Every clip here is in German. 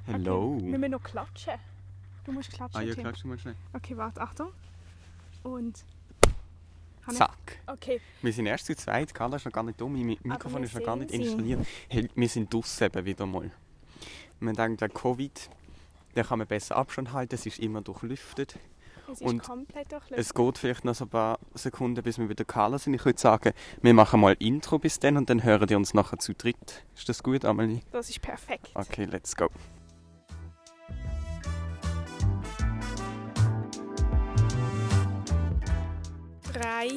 Hello. Okay, wir müssen noch klatschen. Du musst klatschen. Ah ja, Tim. klatsch mal schnell. Okay, warte, Achtung. Und... Zack. Okay. Wir sind erst zu zweit. Carla ist noch gar nicht da. Mein Mikrofon ist noch gar nicht installiert. Hey, wir sind draussen eben wieder mal. Wir denken, wegen Covid, da kann man besser Abstand halten. Es ist immer durchlüftet. Es ist Und komplett durchlüftet. es geht vielleicht noch so ein paar Sekunden, bis wir wieder Carla sind. Ich würde sagen, wir machen mal Intro bis dann und dann hören die uns nachher zu dritt. Ist das gut, Amelie? Das ist perfekt. Okay, let's go. Drei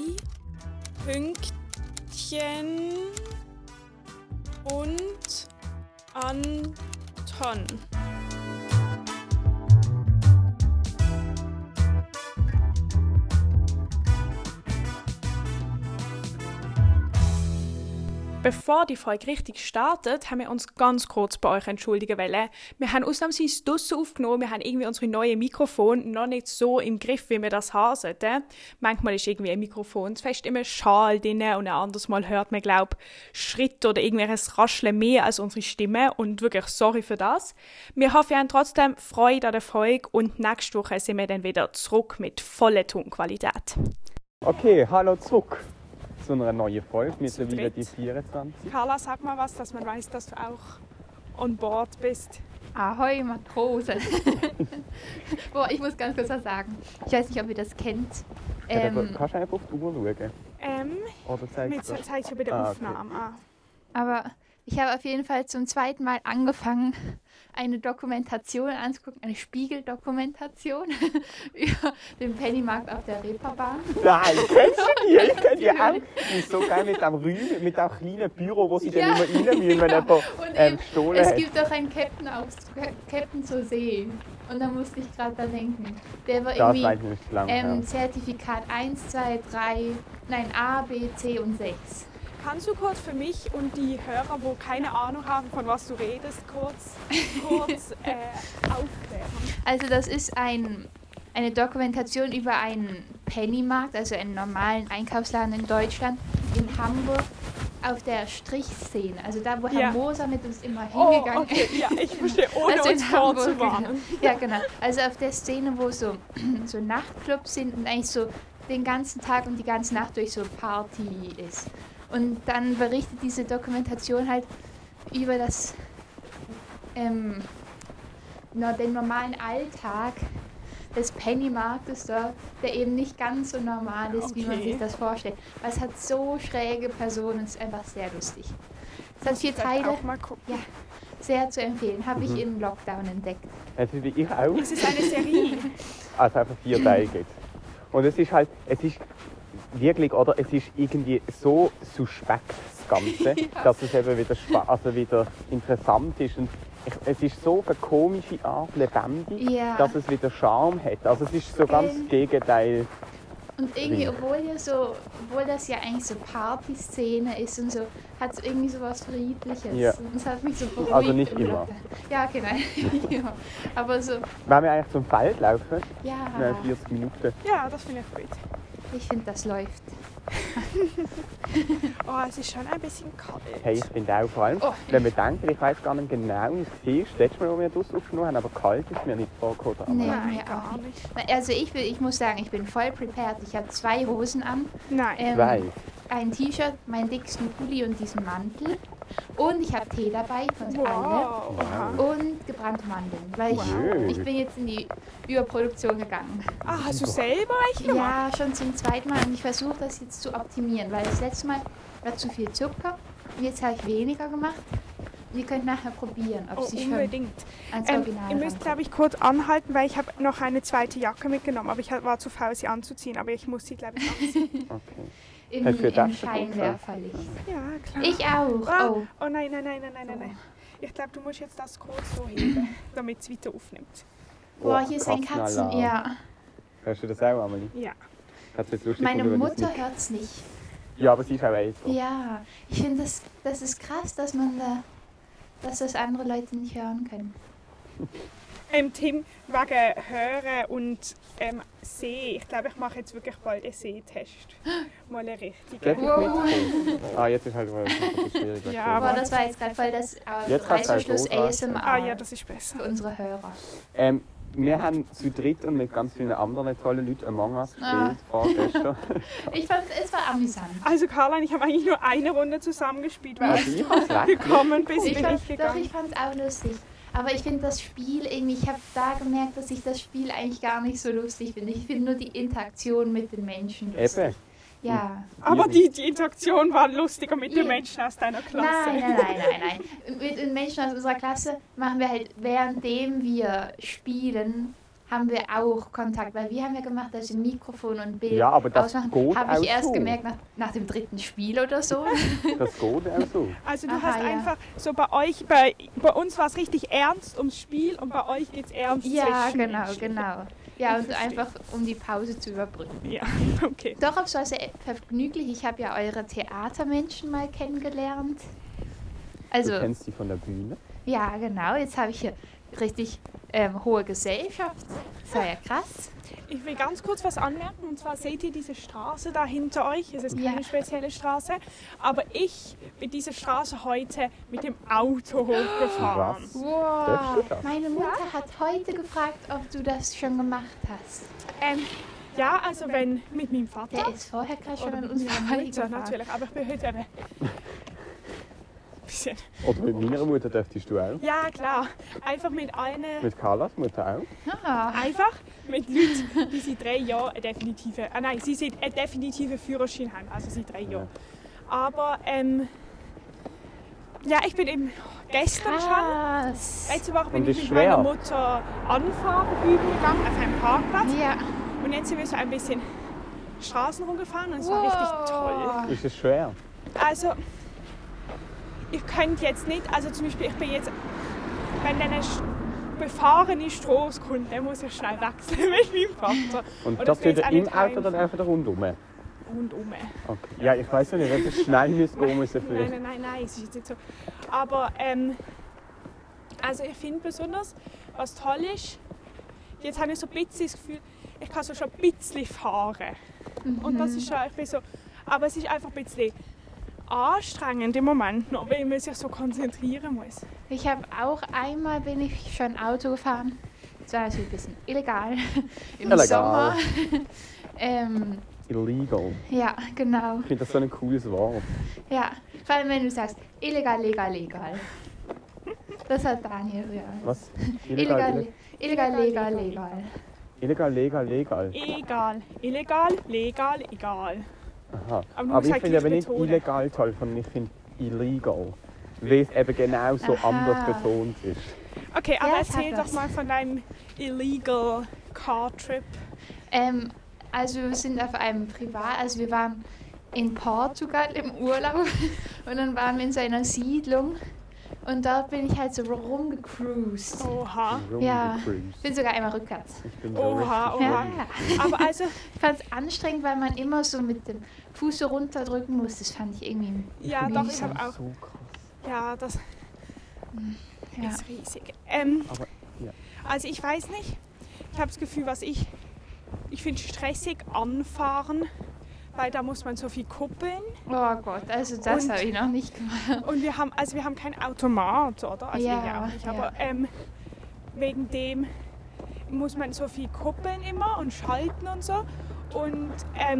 Pünktchen und Anton. Bevor die Folge richtig startet, haben wir uns ganz kurz bei euch entschuldigen wollen. Wir haben ausnahmsweise draussen aufgenommen, wir haben irgendwie unsere neuen Mikrofone noch nicht so im Griff, wie wir das haben sollten. Manchmal ist irgendwie ein Mikrofon zu fest im Schal drin und ein anderes Mal hört man, glaube ich, Schritte oder irgendwelches Rascheln mehr als unsere Stimme und wirklich sorry für das. Wir hoffen, ihr habt trotzdem Freude an der Folge und nächste Woche sind wir dann wieder zurück mit voller Tonqualität. Okay, hallo zurück zu einer neuen Folge, mittlerweile die 24. Carla, sag mal was, dass man weiß, dass du auch on board bist. Ahoi Matrose. Boah, ich muss ganz kurz was sagen. Ich weiß nicht, ob ihr das kennt. Kannst du einfach auf die Uhr schauen? Oder zeigst du Mit zeigt bei der Aufnahme an. Aber ich habe auf jeden Fall zum zweiten Mal angefangen, eine Dokumentation anzugucken, eine Spiegeldokumentation über den Pennymarkt auf der Reeperbahn. Nein, kennst du die? Ich kenne die auch. Die ist so geil mit dem Räumen, mit dem kleinen Büro, wo sie dann immer rein müssen, wenn jemand gestohlen es hat. gibt auch einen Captain zur See. Und da musste ich gerade dran denken. Der war Das irgendwie weiß ich nicht lange her. Zertifikat 1, 2, 3, nein, A, B, C und 6. Kannst du kurz für mich und die Hörer, die keine Ahnung haben, von was du redest, kurz aufklären? Also das ist eine Dokumentation über einen Pennymarkt, also einen normalen Einkaufsladen in Deutschland, in Hamburg, auf der Strichszene. Also da, wo Herr Moser mit uns immer hingegangen ist. Ja, ich verstehe, ohne Also uns in Hamburg, vorzuwarnen. Ja, genau. Also auf der Szene, wo so Nachtclubs sind und eigentlich so den ganzen Tag und die ganze Nacht durch so Party ist. Und dann berichtet diese Dokumentation halt über den normalen Alltag des Pennymarktes dort, der eben nicht ganz so normal ist, wie man sich das vorstellt. Weil es hat so schräge Personen, es ist einfach sehr lustig. Es hat 4 Teile, Auch mal gucken. ja, sehr zu empfehlen. Habe ich im Lockdown entdeckt. Also wie ich auch. Es ist eine Serie. Also einfach 4 Teile gibt. Und es ist wirklich, oder es ist irgendwie so suspekt, das Ganze, dass es eben wieder interessant ist. Und es ist so auf eine komische Art lebendig, dass es wieder Charme hat. Also es ist so ganz das Gegenteil. Und irgendwie, obwohl das ja eigentlich so Partyszene ist und so, hat es irgendwie so was Friedliches. Ja. Und es hat mich so beruhigt. Also nicht immer. Ja, genau. Ja. Aber so, Wenn wir eigentlich zum Feld laufen, ja, 40 Minuten. Ja, das finde ich gut. ich finde, das läuft. Oh, es ist schon ein bisschen kalt. Hey, ich finde auch vor allem, wenn wir denken, ich weiß gar nicht genau, wie es war, das letzte Mal, wo wir das aufgenommen haben, aber kalt ist mir nicht vorgekommen. Nee, Nein, mir gar auch nicht. nicht. Also ich muss sagen, ich bin voll prepared. Ich habe 2 Hosen an. Nein. 2. Ein T-Shirt, meinen dicksten Pulli und diesen Mantel. Und ich habe Tee dabei für uns alle. Wow. Und gebrannte Mandeln. Weil Wow. ich bin jetzt in die Überproduktion gegangen. Ah, hast du selber welche gemacht? Ja, schon zum zweiten Mal. Und ich versuche das jetzt zu optimieren. Weil das letzte Mal war zu viel Zucker. Und jetzt habe ich weniger gemacht. Und ihr könnt nachher probieren, ob sie schon Unbedingt. ans Original Ihr müsst, glaube ich, kurz anhalten, weil ich habe noch eine zweite Jacke mitgenommen. Aber ich war zu faul, sie anzuziehen. Aber ich muss sie, glaube ich, anziehen. Okay. im Für das Scheinwerferlicht. Ja, klar. Ich auch. Oh. Oh nein. Ich glaube, du musst jetzt das kurz so heben, damit es weiter aufnimmt. Boah, hier ist ein Katzenalarm. Ja. Hörst du das auch, Amelie? Ja. Hat's jetzt lustig Meine gefunden, wenn das Mutter nicht- hört es nicht. Ja, aber sie ist auch älter. Ja, ich finde das ist krass, dass das andere Leute nicht hören können. Tim, wegen Hören und Sehen. Ich glaube, ich mache jetzt wirklich bald einen Sehtest. Mal einen richtigen. Darf ich mitkommen? Jetzt ist halt ein bisschen schwierig. Ja, Aber aber das war jetzt gerade voll das Jetzt kannst du halt Reißverschluss so dran. ASMR ja, das ist besser. für unsere Hörer. Wir haben zu dritt und mit ganz vielen anderen tollen Leuten Among Us gespielt, vorgestern. Ich fand, es war amüsant. Also Carla und ich haben eigentlich nur eine Runde zusammengespielt, weil Also ich hab's lecker. gekommen bis Ich bin fand ich gegangen. es auch lustig. Aber ich finde das Spiel irgendwie, ich habe da gemerkt, dass ich das Spiel eigentlich gar nicht so lustig finde. Ich finde nur die Interaktion mit den Menschen lustig. Eben. Ja. Aber die Interaktion war lustiger mit den Ja. Menschen aus deiner Klasse. Nein. Mit den Menschen aus unserer Klasse machen wir halt, währenddem wir spielen, haben wir auch Kontakt. Weil wir haben ja gemacht, dass wir Mikrofon und Bild Ja, aber das ausmachen. geht Habe ich auch erst so. gemerkt nach dem 3. Spiel oder so. Das geht auch so. Also du Aha, hast ja. einfach so bei uns war es richtig ernst ums Spiel und bei euch geht es ernst Ja, zwischen genau. Ja, Ich und verstehe. einfach um die Pause zu überbrücken. Ja, okay. Doch, aber es war sehr vergnüglich. Ich habe ja eure Theatermenschen mal kennengelernt. Also, Du kennst die von der Bühne. ja, genau. Jetzt habe ich hier richtig hohe Gesellschaft. Das war ja krass. Ich will ganz kurz was anmerken. Und zwar seht ihr diese Straße da hinter euch. Es ist keine Ja. spezielle Straße. Aber ich bin diese Straße heute mit dem Auto hochgefahren. Was? Wow. Darfst du das? Meine Mutter hat heute gefragt, ob du das schon gemacht hast. Ja, also wenn mit meinem Vater. Der ist vorher gerade schon Oder an mit uns meiner Mutter vorbeigefahren. natürlich. Aber ich bin heute eben... bisschen. Oder mit meiner Mutter dürftest du auch. Ja, klar. Einfach mit einer... Mit Carlas Mutter auch. Ah, Einfach mit Leuten, die seit 3 Jahren eine definitive, sie seit einen definitiven Führerschein haben, also seit 3 Jahren. Aber ja, ich bin eben gestern schon, krass. letzte Woche bin Und ich ist mit schwer? meiner Mutter Anfahren üben gegangen auf einem Parkplatz Ja. und jetzt sind wir so ein bisschen Straßen rumgefahren und es war richtig toll. Ist es schwer? Also, ich könnte jetzt nicht, also zum Beispiel, ich bin jetzt, wenn eine befahrene Straße kommt, dann muss ich schnell wechseln mit meinem Vater. Und Oder das ich bin wieder jetzt auch im nicht Auto oder einfach rundum? rundum. Okay. Ja, ich weiß ja nicht, wenn es schnell gehen müssen. Nein, es ist jetzt nicht so. Aber also ich finde besonders, was toll ist, jetzt habe ich so ein bisschen das Gefühl, ich kann so schon ein bisschen fahren. Und das ist ja, ich bin so, aber es ist einfach ein bisschen anstrengend im Moment noch, weil man sich so konzentrieren muss. Ich habe auch einmal bin ich schon Auto gefahren. Das war also ein bisschen illegal. Im Illegal. Sommer. Illegal. Ja, genau. Ich finde das so ein cooles Wort. Ja, vor allem wenn du sagst, illegal, legal. Das hat Daniel ja. Was? Illegal, legal. Illegal, legal. Egal, illegal, legal, egal. Aha. Aber du Aber musst ich halt finde aber gleich nicht betonen. illegal toll, sondern ich finde illegal. Weil es eben genau so Aha. anders betont ist. Okay, aber Ja, es hat erzähl doch was. mal von deinem illegal car trip. Also wir sind auf einem also wir waren in Portugal im Urlaub und dann waren wir in so einer Siedlung und dort bin ich halt so rumgecruised. Oha. Ja. Rumgecruised. Ich bin sogar einmal rückwärts. Ich bin so Oha, richtig oha. Ja. Aber also, Ich fand es anstrengend, weil man immer so mit dem Fuß so runterdrücken muss. Das fand ich irgendwie ja doch, ich mühsam. habe auch, so krass. ja, das Ja. ist riesig. Aber ja. Also ich weiß nicht, ich habe das Gefühl, ich finde stressig anfahren, weil da muss man so viel kuppeln. Oh Gott, also das Und- habe ich noch nicht gemacht. Und wir haben kein Automat, oder? Also Ja, wir auch nicht, ja. aber wegen dem muss man so viel kuppeln immer und schalten und so. Und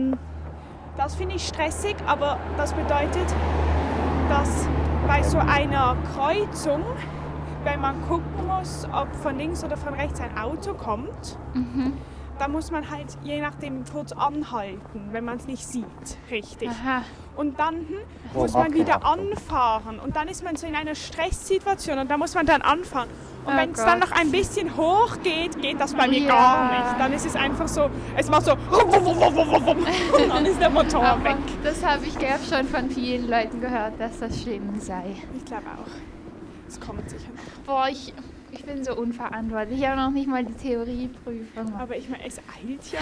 das finde ich stressig, aber das bedeutet, dass bei so einer Kreuzung, wenn man gucken muss, ob von links oder von rechts ein Auto kommt, da muss man halt je nachdem kurz anhalten, wenn man es nicht sieht, richtig. Aha. Und dann Oh, muss man okay, wieder Achtung. anfahren und dann ist man so in einer Stresssituation und da muss man dann anfahren. Und Oh wenn es dann Gott. noch ein bisschen hoch geht, geht das bei mir Ja. gar nicht. Dann ist es einfach so, es macht so und dann ist der Motor Aber weg. das habe ich schon von vielen Leuten gehört, dass das schlimm sei. Ich glaube auch. Es kommt sicher noch. Boah, ich bin so unverantwortlich. Ich habe noch nicht mal die Theorieprüfung. Aber ich meine, es eilt ja.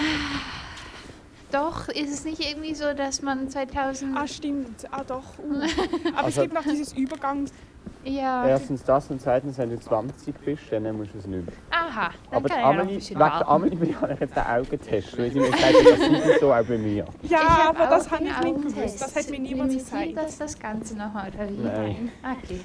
Doch, ist es nicht irgendwie so, dass man 2000... Ah, stimmt. Ah, doch. Aber es Also- gibt noch dieses Ja. Erstens das und zweitens, wenn du 20 bist, dann musst du es nicht mehr. Aha, dann Aber kann die ich ja noch ein Amelie, bisschen wegen der warten. Amelie will ich eigentlich jetzt den Augentest, weil sie mir gesagt hat, das sei so auch bei mir. Ja, hab aber das auch habe den ich nicht Augentest. gewusst. Das hat mir niemand Limitiert gesagt. das Ganze nochmal, oder wie? Nein. Okay.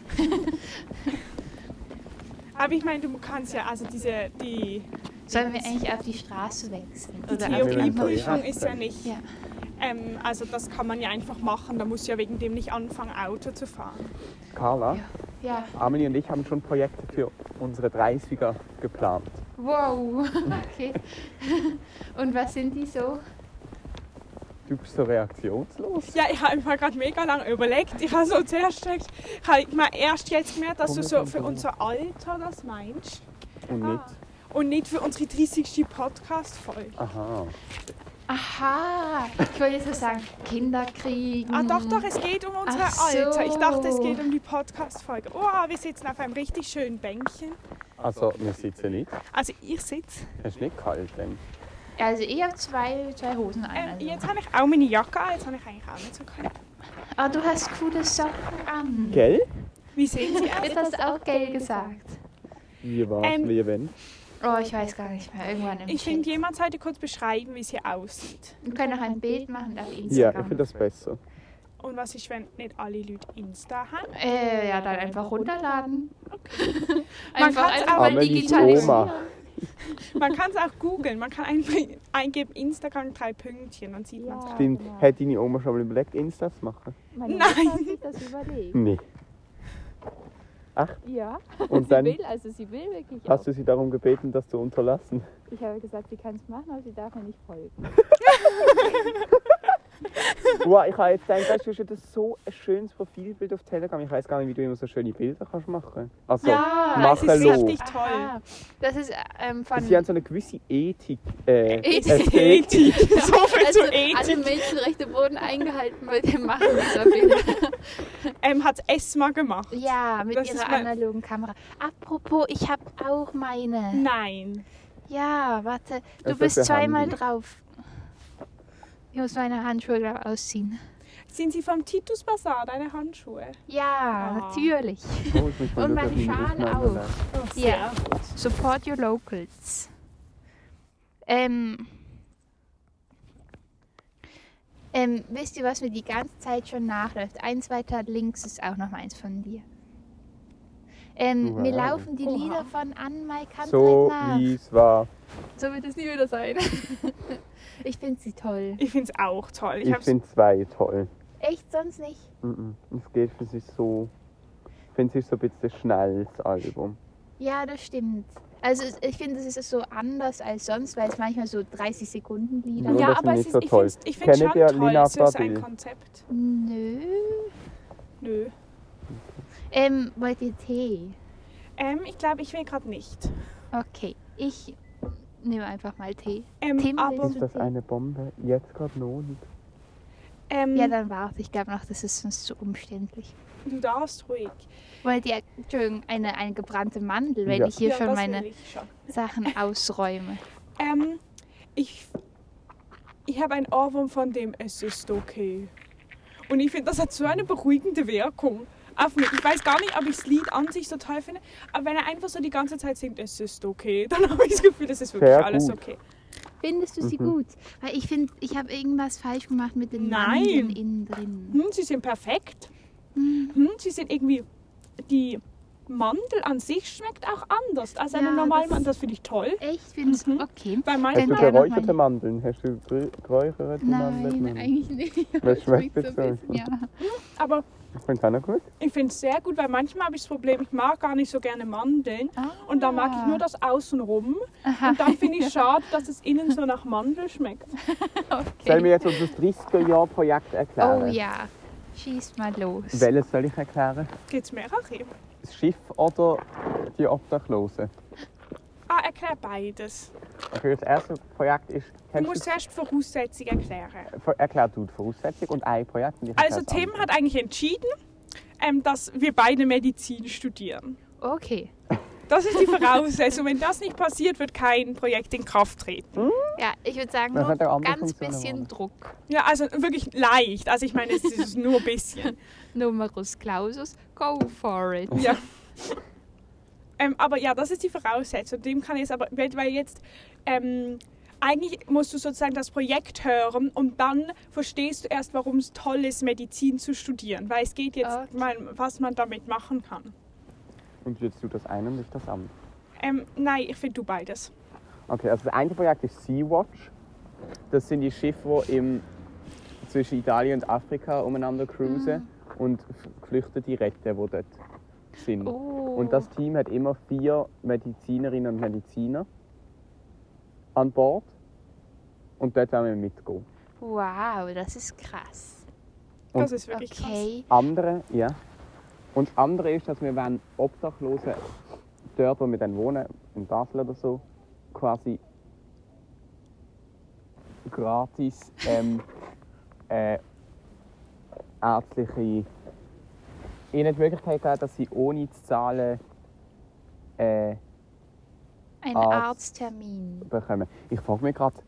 Aber ich meine, du kannst ja, also Sollen wir eigentlich auf die Straße wechseln? die Oder Theorieprüfung ist ja nicht. Ja. Also das kann man ja einfach machen, da musst du ja wegen dem nicht anfangen, Auto zu fahren. Carla, Ja. Amelie und ich haben schon Projekte für unsere 30er geplant. Wow. Okay. Und was sind die so? Du bist so reaktionslos. Ja, ich habe mir gerade mega lange überlegt. Ich habe so zuerst gedacht, ich habe mir erst jetzt gemerkt, dass du so für unser Alter das meinst. Und nicht. Und nicht für unsere 30. Podcast-Folge. Aha. Aha. Ich wollte jetzt so sagen, Kinder kriegen. Ah, doch, es geht um unsere Ach so. Alter. Ich dachte, es geht um die Podcast-Folge. Oh, wir sitzen auf einem richtig schönen Bänkchen. Also, wir sitzen nicht. Also ich sitze. Es ist nicht kalt, denn. Also ich habe zwei Hosen an. Also. Jetzt habe ich auch meine Jacke an, jetzt habe ich eigentlich auch nicht so kalt. Ah, du hast coole Socken an. Gell? Wie sehen Sie aus? Wird das auch gell gesagt? Wie war's, wie wenn? Oh, ich weiß gar nicht mehr. Irgendwann im Ich Chat. finde, jemand sollte kurz beschreiben, wie sie aussieht. Wir können auch ein Bild machen auf Instagram. Ja, ich finde das besser. Und was ist, wenn nicht alle Leute Insta haben? Ja, dann einfach runterladen. Man kann's auch mal Amelies digitalisieren. Oma. Man kann es auch googeln. Man kann einfach eingeben Instagram 3 Pünktchen, dann sieht man es. Stimmt. Hat deine Oma schon mal überlegt, Insta zu machen? Meine Nein. Mutter hat sich das überlegt. Nee. Ja, Und sie dann will wirklich hast auch. du sie darum gebeten, das zu unterlassen? Ich habe gesagt, sie kann es machen, aber sie darf mir nicht folgen. Wow, ich habe jetzt gedacht, weißt du, du hast so ein schönes Profilbild auf Telegram. Ich weiß gar nicht, wie du immer so schöne Bilder kannst machen. Also, Ja, es machen ist lo. richtig toll. Aha. Das ist von... Sie haben so eine gewisse Ethik. Ethik. Ästhetik. So viel also, zu alle Ethik. Menschenrechte wurden eingehalten bei dem Machen dieser Bilder. Hat Esma gemacht. Ja, mit Das ist ihrer mein- analogen Kamera. Apropos, ich habe auch meine. Nein. Ja, warte. Du Was ist bist das für zweimal Handy? drauf. Ich muss meine Handschuhe gleich ausziehen. Sind sie vom Titus Bazar, deine Handschuhe? Ja, Ah. natürlich. Oh, ich muss mal Und schauen, meine dass ich mich Schale auseinanderlege. auch. Ja. Support your locals. Wisst ihr, was mir die ganze Zeit schon nachläuft? Eins weiter links ist auch noch eins von dir. Mir Wow. laufen die Oha. Lieder von Anne-Mai So nach. wie es war. So wird es nie wieder sein. Ich finde sie toll. Ich finde es auch toll. Ich hab's- finde zwei toll. Echt, sonst nicht? Es geht für sie so. Ich finde, es ist so ein bisschen schnell, das Album. Ja, das stimmt. Also ich finde, es ist so anders als sonst, weil es manchmal so 30 Sekunden Lieder. Nur Ja, das aber finde es ich ist, so ich toll. finde ich find's Kennt schon ihr toll. Lina Es ist ein Babil? Konzept. Nö. Nö. Wollt ihr Tee? Ich glaube, ich will gerade nicht. Okay, ich nehme einfach mal Tee. Aber willst Ist das eine Bombe? Jetzt gerade noch nicht. Ja, dann warte. Ich glaube noch, das ist sonst zu umständlich. du darfst ruhig. Wollt ihr, Entschuldigung, eine gebrannte Mandel, wenn Ja. ich hier Ja, schon das meine will ich schon. Sachen ausräume? Ich habe einen Ohrwurm von dem Es ist okay. Und ich finde, das hat so eine beruhigende Wirkung auf mich. Ich weiß gar nicht, ob ich das Lied an sich so toll finde, aber wenn er einfach so die ganze Zeit singt, es ist okay, dann habe ich das Gefühl, es ist wirklich Sehr alles gut. okay. Findest du sie gut? Weil ich finde, ich habe irgendwas falsch gemacht mit den Nein. Mandeln innen drin. Sie sind perfekt. Sie sind irgendwie... Die Mandel an sich schmeckt auch anders als eine Ja, normale das- Mandel. Das finde ich toll. Echt? Findest du? Okay. Weil Hast manchmal... du gerne noch geräucherte Mandeln? Hast du geräucherte Mandeln? Nein, eigentlich nicht. Was Es schmeckt riecht das so? bisschen, ja. Aber Ich finde es auch noch gut. ich finde es sehr gut, weil manchmal habe ich das Problem, ich mag gar nicht so gerne Mandeln. Und dann mag ich nur das Außenrum. Und dann finde ich schade, dass es innen so nach Mandel schmeckt. Sollen wir jetzt unser 30er-Jahr-Projekt erklären? Oh ja, schieß mal los. Welches soll ich erklären? Gibt es mehrere? Das Schiff oder die Obdachlosen? Erklär beides. Okay, das erste Projekt ist... Du musst zuerst die Voraussetzungen erklären. Erklär du die Voraussetzung und ein Projekt. Und ich Also erkläre das Tim andere. hat eigentlich entschieden, dass wir beide Medizin studieren. Okay. Das ist die Voraussetzung. Wenn das nicht passiert, wird kein Projekt in Kraft treten. Ja, ich würde sagen, Das nur hat auch andere ganz Funktionen, bisschen aber. Druck. Ja, also wirklich leicht. Also ich meine, es ist nur ein bisschen. Numerus Clausus, go for it. Ja. Aber ja, das ist die Voraussetzung. Dem kann ich jetzt aber, weil jetzt eigentlich musst du sozusagen das Projekt hören und dann verstehst du erst, warum es toll ist, Medizin zu studieren. Weil es geht jetzt mal, was man damit machen kann. Und willst du das eine und ich das andere? Nein, ich finde du beides. Okay, also das eine Projekt ist Sea-Watch. Das sind die Schiffe, die zwischen Italien und Afrika umeinander cruisen und Geflüchtete retten, die dort sind. Oh. Und das Team hat immer 4 Medizinerinnen und Mediziner an Bord. Und dort wollen wir mitgehen. Wow, das ist krass. Und- Das ist wirklich krass. Okay. Und andere ist, dass wir wenn Obdachlose dort, wo wir dann wohnen, in Basel oder so, quasi gratis ärztliche ihnen die Möglichkeit geben, dass sie ohne zu zahlen Ein Arzt. Arzttermin. bekommen. Ich frage mich gerade,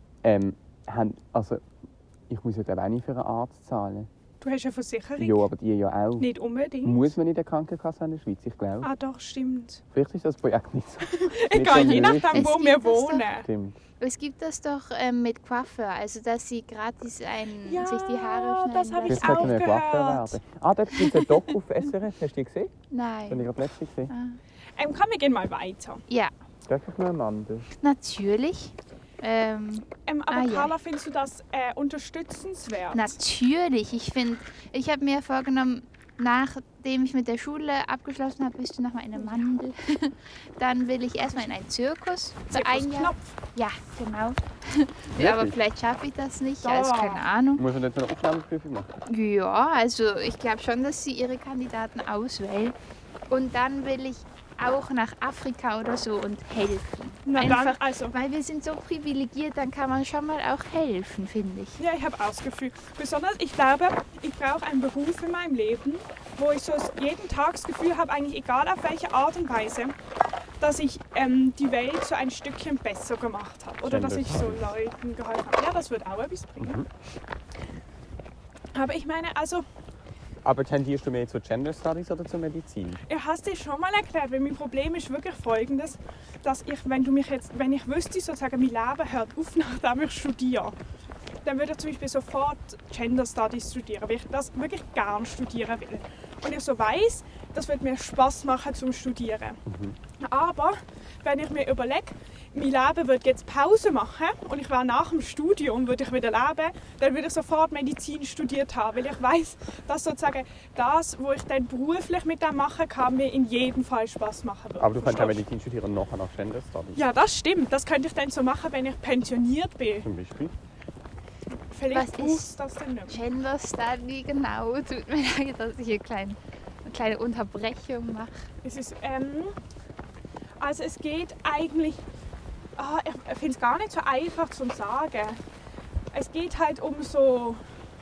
also ich muss ja dann auch nicht für einen Arzt zahlen. Du hast ja Versicherung. Ja, aber die ja auch. Nicht unbedingt. Muss man in der Krankenkasse in der Schweiz, ich glaube. Ah, doch, stimmt. Vielleicht ist das Projekt nicht so. Egal, nicht so je nachdem, Es wo gibt wir das doch. wohnen. Stimmt. Es gibt das doch mit Coiffeur, also dass sie gratis sich die Haare schneiden das habe ich lassen. Vielleicht könnten wir auch Coiffeur gehört. werden. Da gibt es einen Doc auf SRF, hast du die gesehen? Den Nein. ich gerade letztens gesehen. Komm, wir gehen mal weiter. Ja, Darf ich mal Amanda? natürlich. Aber ja. Carla, findest du das unterstützenswert? Natürlich. Ich habe mir vorgenommen, nachdem ich mit der Schule abgeschlossen habe, bist du nach meiner Mandel. Dann will ich erstmal in einen Zirkus für ein Jahr. Knopf. Ja, genau. Ja, aber Wirklich? vielleicht schaffe ich das nicht, Doch. also keine Ahnung. Muss man nicht so eine Aufnahmeprüfung machen? Ja, also ich glaube schon, dass sie ihre Kandidaten auswählen. Und dann will ich auch nach Afrika oder so und helfen. Na dann, also. Weil wir sind so privilegiert, dann kann man schon mal auch helfen, finde ich. Ja, ich habe auch das Gefühl. Besonders, ich glaube, ich brauche einen Beruf in meinem Leben, wo ich so jeden Tag das Gefühl habe, eigentlich egal auf welche Art und Weise, dass ich die Welt so ein Stückchen besser gemacht habe. Oder dass ich so Leuten geholfen habe. Ja, das wird auch etwas bringen. Aber ich meine, also, Aber tendierst du mehr zu Gender Studies oder zur Medizin? ich habe es dir schon mal erklärt, weil mein Problem ist wirklich folgendes, dass wenn ich wüsste, sozusagen, mein Leben hört auf, nachdem ich studiere, dann würde ich zum Beispiel sofort Gender Studies studieren, weil ich das wirklich gern studieren will. Und ich so weiss, das wird mir Spaß machen zum Studieren. Aber wenn ich mir überlege, mein Leben wird jetzt Pause machen und ich wäre nach dem Studium, würde ich wieder leben, dann würde ich sofort Medizin studiert haben, weil ich weiss, dass sozusagen das, was ich dann beruflich mit dem machen kann, mir in jedem Fall Spaß machen wird. Aber du kannst auch Medizin studieren und nachher nach Gender Studies. Ja, das stimmt. Das könnte ich dann so machen, wenn ich pensioniert bin. Zum Beispiel. Vielleicht Was ist- muss das dann nicht mehr. Gender Study, genau. Tut mir leid, dass ich hier eine kleine Unterbrechung mache. Es ist, also es geht eigentlich, ich finde es gar nicht so einfach zu sagen. Es geht halt um so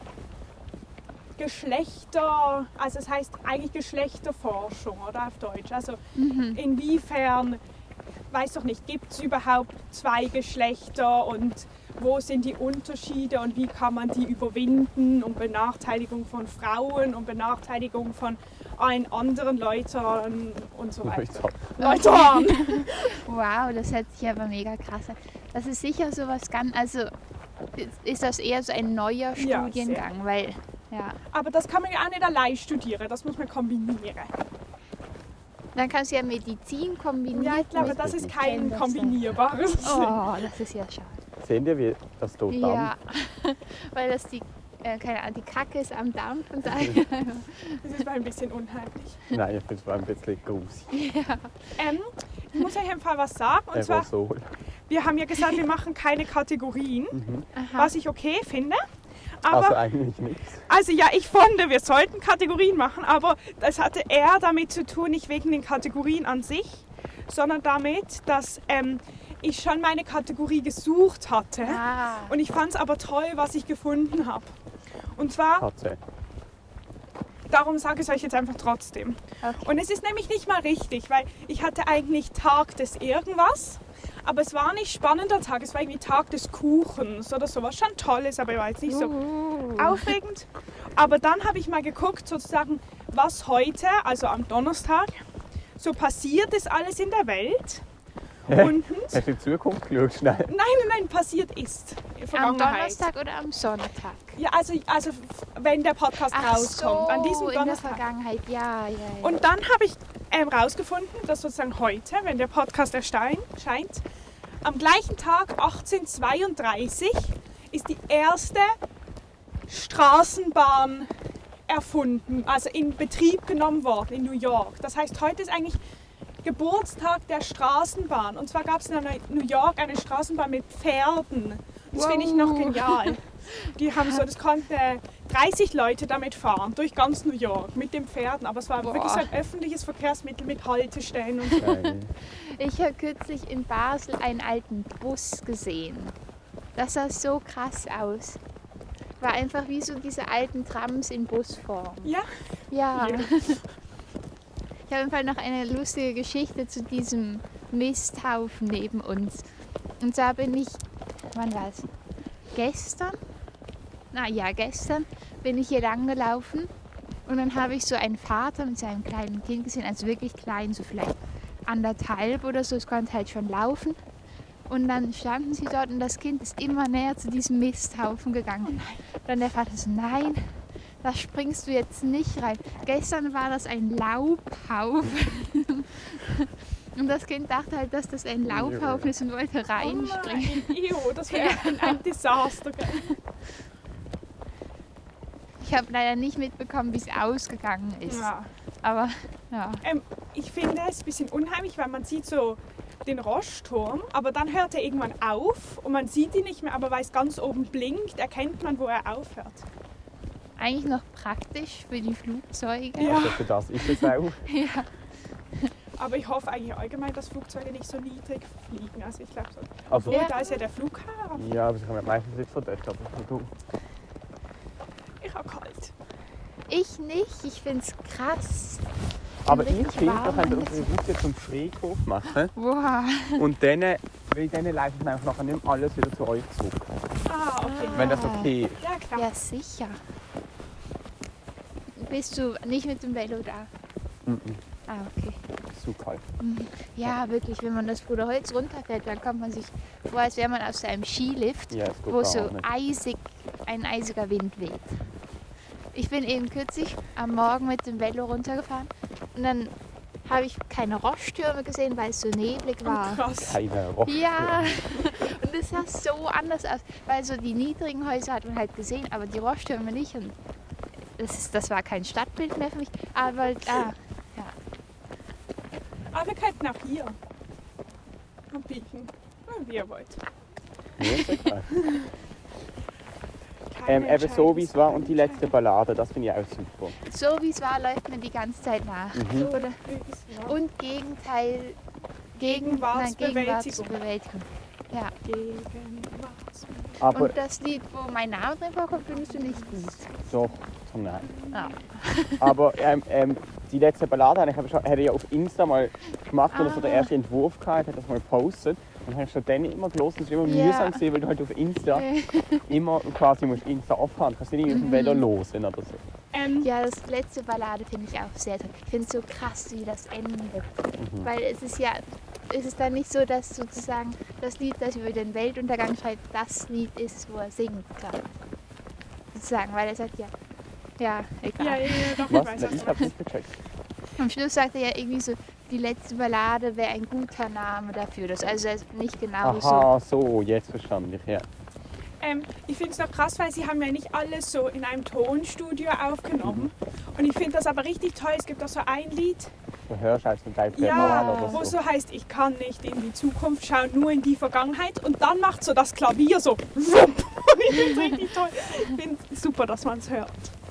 Geschlechter, also es heißt eigentlich Geschlechterforschung, oder auf Deutsch. Also inwiefern, weiß doch nicht, gibt es überhaupt 2 Geschlechter und wo sind die Unterschiede und wie kann man die überwinden und Benachteiligung von Frauen und Benachteiligung von allen anderen Leuten und so weiter. Leute! Wow, das hört sich aber mega krass an. Das ist sicher sowas ganz, also ist das eher so ein neuer Ja, Studiengang, weil, ja. Aber das kann man ja auch nicht allein studieren, das muss man kombinieren. Dann kannst du ja Medizin kombinieren. Ja, ich glaube, mit das ist kein Gender kombinierbares. Oh, das ist ja schade. Sehen wir, wie das dort Ja, weil das keine Ahnung, die Kacke ist am Dampf und daher. Das ist mal ein bisschen unheimlich. Nein, ich finde es ein bisschen gruselig. Ich muss euch einfach was sagen. Und zwar, Aerosol. wir haben ja gesagt, wir machen keine Kategorien, was ich okay finde. Also Aber, eigentlich nichts. also ja, ich fand, wir sollten Kategorien machen, aber das hatte eher damit zu tun, nicht wegen den Kategorien an sich, sondern damit, dass ich schon meine Kategorie gesucht hatte. Ah. Und ich fand es aber toll, was ich gefunden habe. Und zwar, Katze. darum sage ich es euch jetzt einfach trotzdem. Okay. Und es ist nämlich nicht mal richtig, weil ich hatte eigentlich Tag des irgendwas, aber es war nicht spannender Tag, es war irgendwie Tag des Kuchens oder so, was schon toll ist, aber war jetzt nicht so aufregend. Aber dann habe ich mal geguckt, sozusagen, was heute, also am Donnerstag, so passiert ist alles in der Welt. Und Hast du in die Zukunft geschaut? Schnell. nein, passiert ist. In Am Vergangenheit. Donnerstag oder am Sonntag? Ja, also wenn der Podcast rauskommt, an diesem in der Donnerstag. Vergangenheit, ja. Und dann habe ich rausgefunden, dass sozusagen heute, wenn der Podcast erscheint, am gleichen Tag, 1832, ist die erste Straßenbahn erfunden, also in Betrieb genommen worden in New York. Das heißt, heute ist eigentlich Geburtstag der Straßenbahn. Und zwar gab es in New York eine Straßenbahn mit Pferden. Das finde ich noch genial. Die haben so, das konnten 30 Leute damit fahren, durch ganz New York, mit den Pferden. Aber es war wirklich so ein öffentliches Verkehrsmittel mit Haltestellen und so. Geil. Ich habe kürzlich in Basel einen alten Bus gesehen. Das sah so krass aus. War einfach wie so diese alten Trams in Busform. Ja? Ja. Ja. Ich habe auf jeden Fall noch eine lustige Geschichte zu diesem Misthaufen neben uns. Und zwar bin ich, wann war es? Gestern bin ich hier lang gelaufen und dann habe ich so einen Vater mit seinem kleinen Kind gesehen, also wirklich klein, so vielleicht 1,5 oder so, es konnte halt schon laufen. Und dann standen sie dort und das Kind ist immer näher zu diesem Misthaufen gegangen. Dann der Vater so, nein, da springst du jetzt nicht rein. Gestern war das ein Laubhaufen. Und das Kind dachte halt, dass das ein Laubhaufen ist und wollte reinspringen. Das wäre ein Desaster. Ich habe leider nicht mitbekommen, wie es ausgegangen ist. Ja. Aber ja. Ich finde es ein bisschen unheimlich, weil man sieht so den Roschturm, aber dann hört er irgendwann auf und man sieht ihn nicht mehr, aber weil es ganz oben blinkt, erkennt man, wo er aufhört. Eigentlich noch praktisch für die Flugzeuge. Ja. Also für das ist es auch. Ja. Aber ich hoffe eigentlich allgemein, dass Flugzeuge nicht so niedrig fliegen. Also ich glaube so. Also, Obwohl, da ist ja der Flughafen. ja, aber sie kommen meistens nicht von dort. Aber du. Ich habe kalt. Ich nicht, ich finde es krass. Aber ich richtig finde, warm wir können an unsere Route zum Friedhof machen. Wow. Und dann, weil dann leiten wir einfach nachher nicht mehr alles wieder zu euch zurück. Ah, okay. Wenn das okay ist. Ja, klar. Ja, sicher. Bist du nicht mit dem Velo da? Mhm. Ah, okay. Zu kalt. Ja, wirklich, wenn man das Bruderholz runterfährt, dann kommt man sich vor, als wäre man auf so einem Skilift, Ja, es geht wo gar so nicht. ein eisiger Wind weht. Ich bin eben kürzlich am Morgen mit dem Velo runtergefahren und dann habe ich keine Roschtürme gesehen, weil es so neblig war. Krass. Keine Roche. Ja, und es sah so anders aus, weil so die niedrigen Häuser hat man halt gesehen, aber die Roschtürme nicht. Und das war kein Stadtbild mehr für mich, aber ja. Aber wir könnten auch hier abbiegen, wenn ihr wollt. Ja, sehr geil. Keine Eben so wie es war und die Entscheidung. letzte Ballade, das finde ich auch super. So wie es war, läuft mir die ganze Zeit nach. Mhm. Oder? Und Gegenwartsbewältigung. Gegenwartsbewältigung. Ja. Gegenwartsbewältigung. Aber Und das Lied, wo mein Name drin vorkommt, findest du nicht gut. doch, nein. Ja. Aber die letzte Ballade hätte ich ja auf Insta mal gemacht, oder so der erste Entwurf gehabt, hat das mal gepostet. Und habe ich schon dann immer gelesen, das ist immer Ja. mühsam gewesen, weil du halt auf Insta immer quasi musst Insta aufhören, kannst nicht irgendwie auf dem Velo losen oder so. Ja, das letzte Ballade finde ich auch sehr toll. Ich finde es so krass, wie das endet. Weil es ist dann nicht so, dass sozusagen das Lied, das über den Weltuntergang schreibt, das Lied ist, wo er singt gerade. Sozusagen, weil er sagt ja, egal. Ja, doch, ich Was? weiß, Nein, was ich habe nicht gecheckt. Am Schluss sagt er ja irgendwie so, die letzte Ballade wäre ein guter Name dafür. Das also nicht genau so. Aha, so, jetzt verstanden ich, ja. Ich finde es noch krass, weil sie haben ja nicht alles so in einem Tonstudio aufgenommen. Und ich finde das aber richtig toll. Es gibt auch so ein Lied, Du hörst als ein Teil ja, oder wo so. so heißt, ich kann nicht in die Zukunft schauen, nur in die Vergangenheit. Und dann macht so das Klavier so. wupp. Ich finde es richtig toll. Ich finde es super, dass man es hört.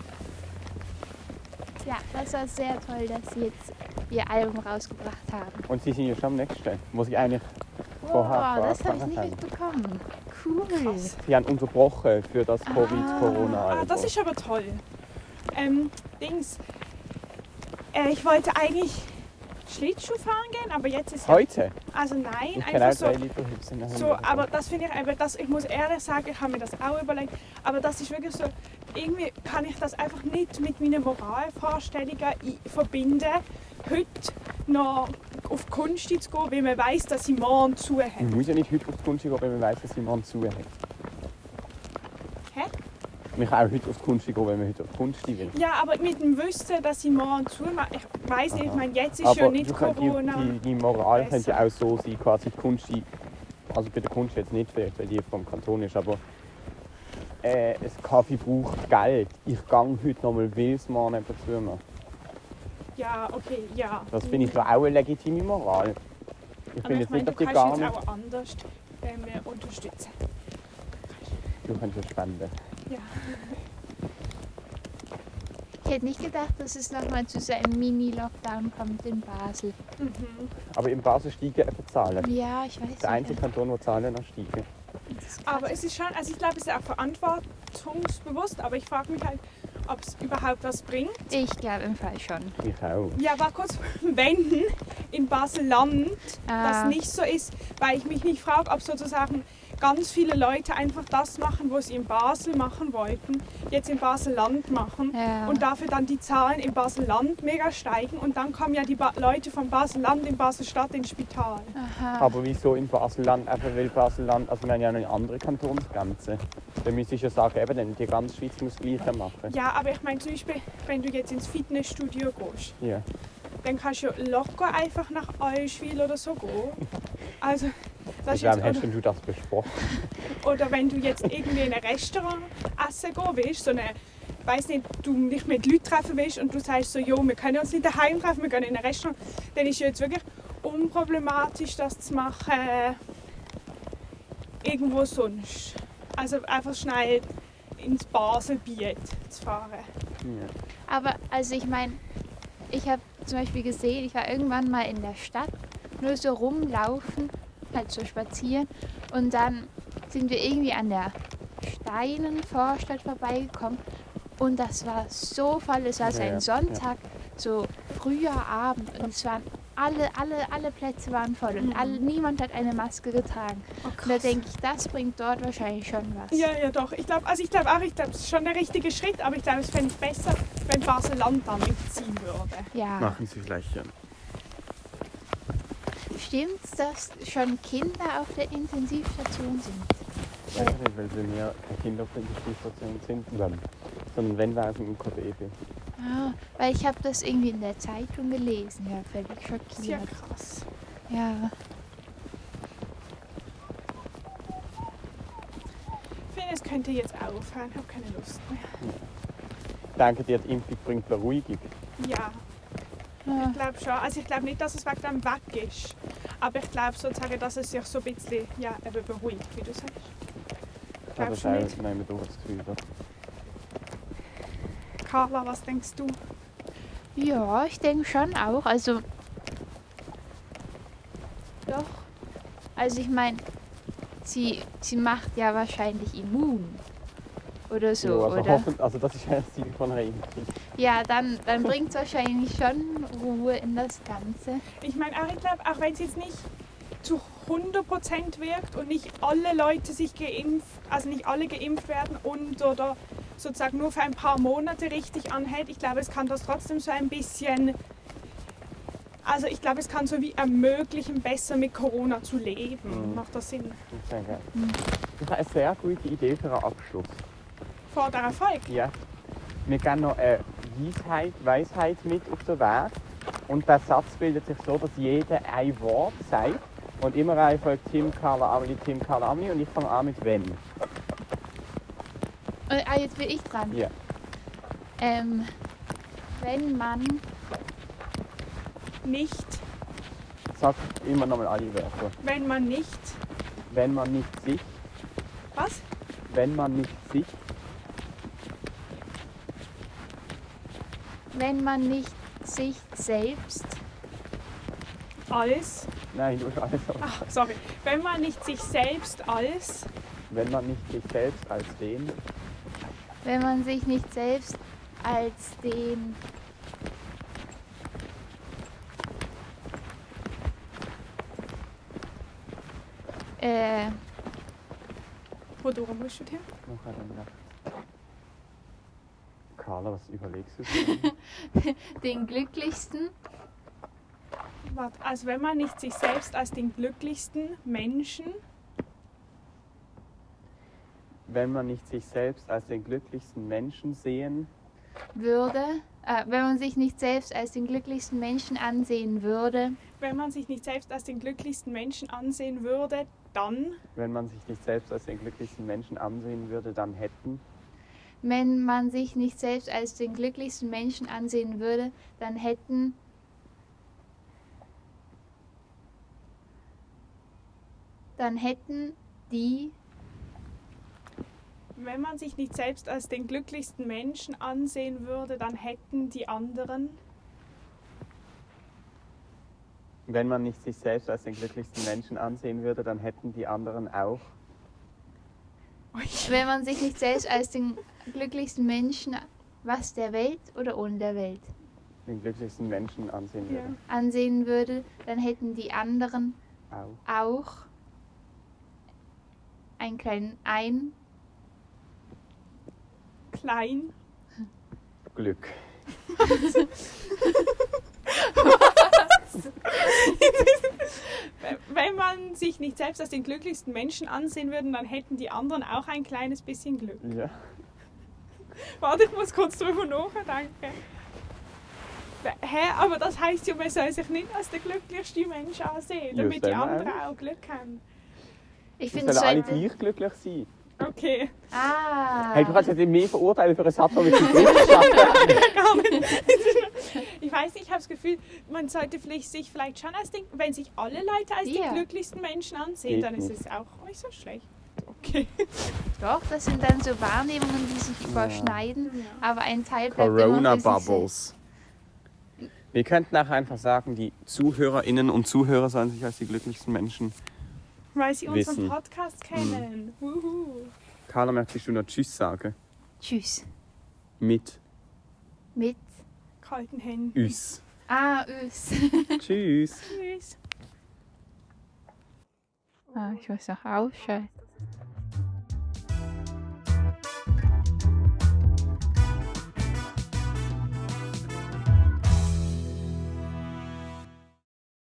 Ja, das war sehr toll, dass sie jetzt ihr Album rausgebracht haben. Und sie sind ja schon am nächsten, wo sie eigentlich vorher Wow, das habe ich angefangen nicht haben. mitbekommen. Cool. Sie haben unterbrochen für das Covid-Corona. Ah, das ist aber toll. Dings. Ich wollte eigentlich Schlittschuh fahren gehen, aber jetzt ist Heute? Also nein, Ich kenne einfach auch so. 3 Liter Hüpse nach So, aber das finde ich einfach, ich muss ehrlich sagen, ich habe mir das auch überlegt, aber das ist wirklich so, irgendwie kann ich das einfach nicht mit meinen Moralvorstellungen verbinden, heute noch auf die Kunst zu gehen, weil man weiss, dass sie morgen zu Man haben. muss ja nicht heute auf die Kunst gehen, wenn man weiss, dass sie morgen zu hat. Hä? Man kann auch heute auf die Kunst gehen, wenn man heute auf die Kunst will. Ja, aber mit dem Wissen, dass sie morgen zu machen, ich weiss nicht, ich meine, jetzt ist Aber ja nicht du kannst- Corona. die Moral besser. könnte ja auch so sein, quasi die Kunst, also bei der Kunst jetzt nicht vielleicht, weil die vom Kanton ist, aber ein Kaffee braucht Geld. Ich gehe heute nochmal, weil es morgen jemand zu macht. Ja, okay, ja. Das finde ich doch auch eine legitime Moral. Ich Aber finde ich jetzt meine, nicht, du dass die kannst gar jetzt nicht... auch anders unterstützen. Du kannst ja spenden. Ja. Ich hätte nicht gedacht, dass es nochmal zu so einem Mini-Lockdown kommt in Basel. Mhm. Aber in Basel steigen eben Zahlen. Ja, ich weiß Der einzige Kanton, wo Zahlen noch steigen. Aber es ist schon, also ich glaube, es ist auch verantwortungsbewusst, aber ich frage mich halt, ob es überhaupt was bringt. Ich glaube im Fall schon. Ich auch. Ja, war kurz, wenn in Basel-Land das Ah. nicht so ist, weil ich mich nicht frage, ob sozusagen ganz viele Leute einfach das machen, was sie in Basel machen wollten, jetzt in Basel-Land machen Ja. und dafür dann die Zahlen in Basel-Land mega steigen und dann kommen ja die Leute von Basel-Land in Basel-Stadt ins Spital. Aha. Aber wieso in Basel-Land? Einfach weil Basel-Land, also wir haben ja noch eine andere Kantonsgrenze. Dann müsste ich ja sagen, eben, dann die ganze Schweiz muss das Gleiche machen. Ja, aber ich meine zum Beispiel, wenn du jetzt ins Fitnessstudio gehst, Ja. dann kannst du locker einfach nach Allschwil oder so gehen. Also, das ist Mit wem jetzt, hast denn du das besprochen? oder wenn du jetzt irgendwie in ein Restaurant essen gehen willst, so eine, weiss nicht, du nicht mit Leuten treffen willst und du sagst so, jo, wir können uns nicht daheim treffen, wir gehen in ein Restaurant, dann ist es jetzt wirklich unproblematisch, das zu machen irgendwo sonst. Also einfach schnell ins Baselbiet zu fahren. Ja. Aber also ich meine, ich habe zum Beispiel gesehen, ich war irgendwann mal in der Stadt, nur so rumlaufen, halt so spazieren und dann sind wir irgendwie an der Steinenvorstadt vorbeigekommen und das war so voll, es war so Ja, ein ja, Sonntag, so früher Abend und es waren alle Plätze waren voll und niemand hat eine Maske getragen. Oh, Und da denke ich, das bringt dort wahrscheinlich schon was. Ja, ja, doch. Ich glaube, es ist schon der richtige Schritt, aber ich glaube, es fände ich besser, wenn Basel-Land da mitziehen würde. Ja. Machen Sie vielleicht ja. Stimmt's, dass schon Kinder auf der Intensivstation sind? Weiß nicht, weil sie mir keine Kinder auf der Intensivstation sind, sondern wenn wir aus dem UKB bin. Ah, weil ich habe das irgendwie in der Zeitung gelesen. Ja, völlig Das ist ja schockiert. krass. Ja. Ich finde, es könnte jetzt aufhören. Ich habe keine Lust mehr. Denken die, die Impfung bringt Beruhigung? Ja, ich glaube schon. Also ich glaube nicht, dass es wegen dem weg ist. Aber ich glaube sozusagen, dass es sich so ein bisschen eben beruhigt, wie du sagst. Das Glaubst ist du auch nicht? nehmen wir das Gefühl. Oder? Carla, was denkst du? Ja, ich denke schon auch. Also. Doch. Also ich meine, sie macht ja wahrscheinlich immun. Oder so, Ja, also, oder? also das ist ja das Ziel von einer Impfung. Ja, dann bringt es wahrscheinlich schon Ruhe in das Ganze. Ich meine, ich glaube, auch wenn es jetzt nicht zu 100% wirkt und nicht alle Leute sich geimpft, also nicht alle geimpft werden und oder sozusagen nur für ein paar Monate richtig anhält, ich glaube, es kann das trotzdem so ein bisschen, also ich glaube, es kann so wie ermöglichen, besser mit Corona zu leben. Mhm. Macht das Sinn? Ich denke, das ist eine sehr gute Idee für einen Abschluss. Vor der Erfolg? Ja. Wir geben noch eine Weisheit mit auf den Weg. Und der Satz bildet sich so, dass jeder ein Wort sagt. Und immer einfach Tim, Carla, Amelie, Tim, Carla, Amelie. Und ich fange an mit wenn. Jetzt bin ich dran. Ja. Wenn man Nicht, Sag immer nochmal alle Wörter. wenn man nicht, Wenn man nicht sich, was? wenn man nicht sich, sich selbst Als, nein, du hast alles. ach, sorry, wenn man nicht sich selbst als, Wenn man nicht sich selbst als den, wenn man sich nicht selbst als den Wodurch musst du hin? Noch einen Nacht. Carla, was überlegst du so? den glücklichsten, Warte, also wenn man nicht sich selbst als den glücklichsten Menschen, Wenn man nicht sich selbst als den glücklichsten Menschen sehen, würde, wenn man sich nicht selbst als den glücklichsten Menschen ansehen würde, wenn man sich nicht selbst als den glücklichsten Menschen ansehen würde, dann, wenn man sich nicht selbst als den glücklichsten Menschen ansehen würde, dann hätten, wenn man sich nicht selbst als den glücklichsten Menschen ansehen würde, dann hätten die wenn man sich nicht selbst als den glücklichsten Menschen ansehen würde, dann hätten die anderen, wenn man nicht sich selbst als den glücklichsten Menschen ansehen würde, dann hätten die anderen auch, wenn man sich nicht selbst als den glücklichsten Menschen, was der Welt oder ohne der Welt, den glücklichsten Menschen ansehen würde. ja, ansehen würde, dann hätten die anderen auch einen kleinen klein, Glück. wenn man sich nicht selbst als den glücklichsten Menschen ansehen würde, dann hätten die anderen auch ein kleines bisschen Glück. Ja. Warte, ich muss kurz drüber nachdenken. Hä, aber das heisst ja, man soll sich nicht als der glücklichste Mensch ansehen, Ja, damit die sollen wir anderen auch Glück haben. Ich Wir finde sollen alle so gleich glücklich sein. Okay, Hey, du kannst jetzt mehr verurteilen für einen Satz, der mit dem Glück schafft. gar nicht. Ich weiß nicht, ich habe das Gefühl, man sollte sich vielleicht schon als den, wenn sich alle Leute als Ja. den glücklichsten Menschen ansehen, Geht dann ist nicht. es auch nicht so schlecht. Okay. Doch, das sind dann so Wahrnehmungen, die sich überschneiden, aber ein Teil bleibt immer Corona für sich selbst. Bubbles. Wir könnten auch einfach sagen, die Zuhörerinnen und Zuhörer sollen sich als die glücklichsten Menschen. Weil sie unseren Wissen. Podcast kennen. Wuhu. Carla, möchtest du noch Tschüss sagen? Tschüss. Mit Mit Kalten Händen. uns. Us. Tschüss. Tschüss. Ich muss noch ausschalten.